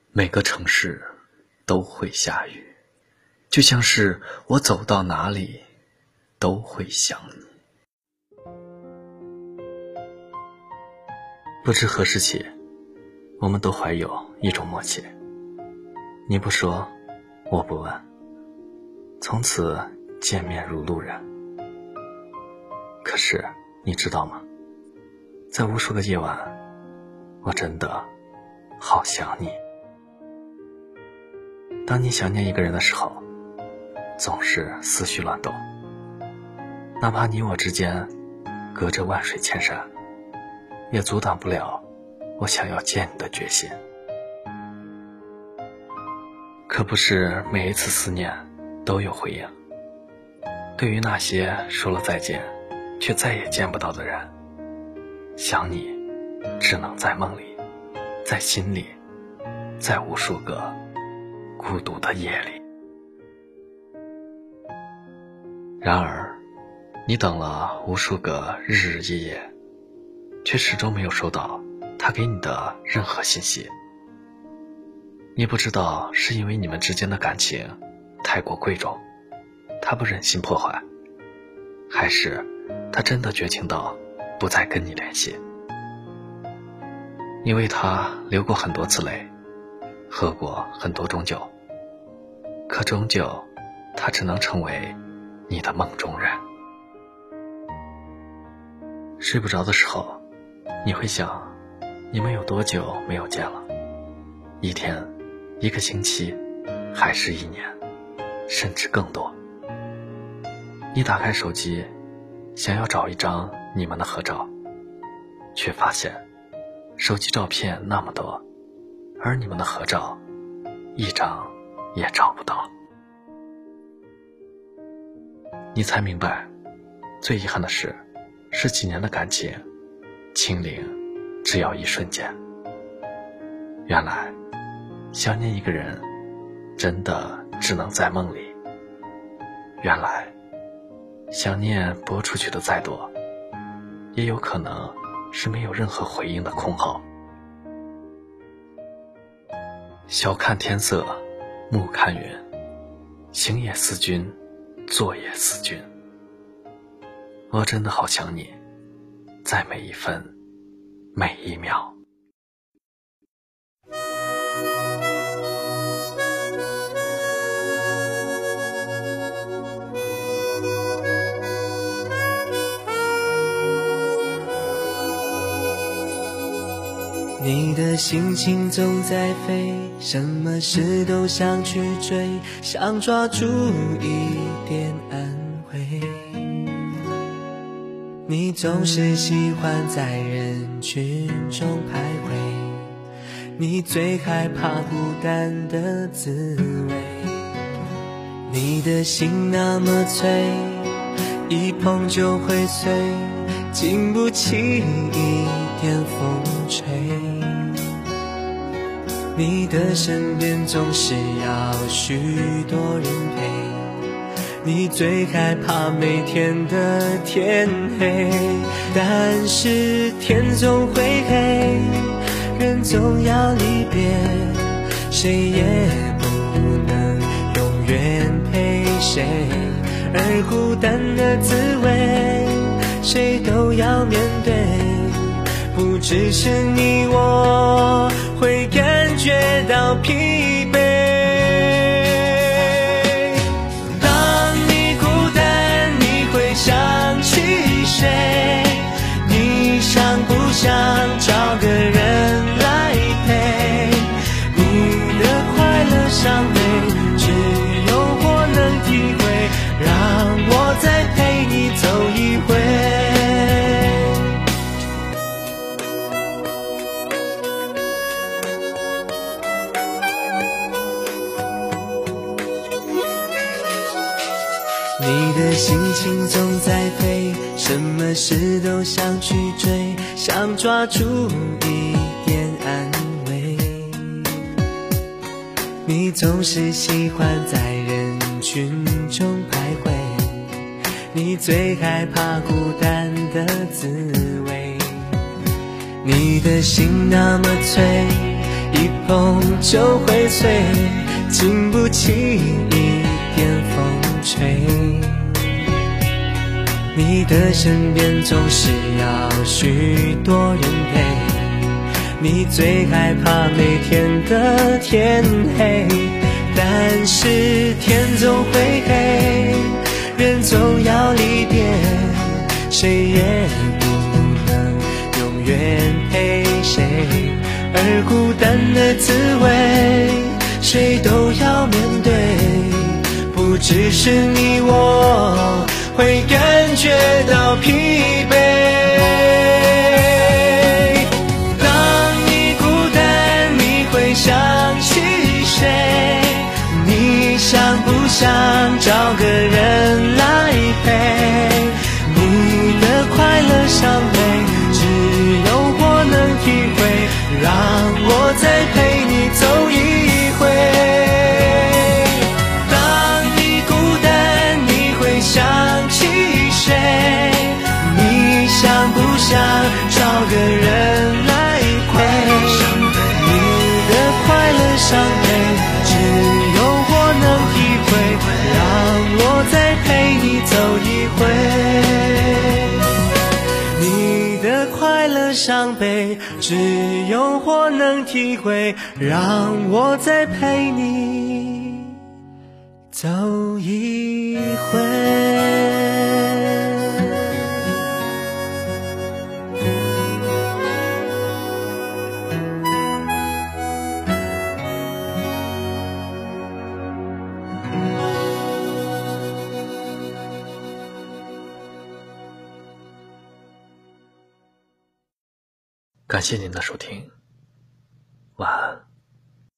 每个城市都会下雨，就像是我走到哪里都会想你。不知何时起，我们都怀有一种默契，你不说，我不问，从此见面如路人。可是你知道吗，在无数个夜晚，我真的好想你。当你想念一个人的时候，总是思绪乱动，哪怕你我之间隔着万水千山，也阻挡不了我想要见你的决心。可不是每一次思念都有回应。对于那些说了再见却再也见不到的人，想你只能在梦里，在心里，在无数个孤独的夜里。然而你等了无数个日日夜夜，却始终没有收到他给你的任何信息。你不知道是因为你们之间的感情太过贵重，他不忍心破坏，还是他真的绝情到不再跟你联系。你为他流过很多次泪，喝过很多种酒，可终究他只能成为你的梦中人。睡不着的时候，你会想，你们有多久没有见了？一天，一个星期，还是一年，甚至更多。你打开手机，想要找一张你们的合照，却发现手机照片那么多，而你们的合照一张也找不到。你才明白，最遗憾的是几年的感情清零只要一瞬间。原来想念一个人真的只能在梦里，原来想念拨出去的再多，也有可能是没有任何回应的空号。晓看天色，暮看云，行也思君，坐也思君。我真的好想你，在每一分每一秒。 你的心情总在飞，什么事都想去追，想抓住一点安慰。你总是喜欢在人群中徘徊，你最害怕孤单的滋味。你的心那么脆，一碰就会碎，经不起一点风吹。你的身边总是要许多人陪，你最害怕每天的天黑。但是天总会黑，人总要离别，谁也不能永远陪谁，而孤单的滋味谁都要面对，不只是你我会感觉到疲惫。当你孤单，你会想起谁？你想不想找个人来陪？你的快乐伤悲，只有我能体会，让我再陪你走一回。你的心情总在飞，什么事都想去追，想抓住一点安慰。你总是喜欢在人群中徘徊，你最害怕孤单的滋味。你的心那么脆， 一碰就会碎，经不起一点风吹。你的身边总是要许多人陪，你最害怕每天的天黑，但是天总会黑，人总要离别，谁也不能永远陪谁，而孤单的滋味谁都要面对，不只是你我会感觉到疲惫。当你孤单，你会想起谁？你想不想找个人来陪？你的快乐伤悲，只有我能体会，让我再陪你走一回。当你孤单，你会想起谁？你想不想找个人来陪？你的快乐伤悲，只有我能体会，让我再陪你走一回。你的快乐伤悲，只有我能体会，让我再陪你走一回。 感谢您的收听，晚安。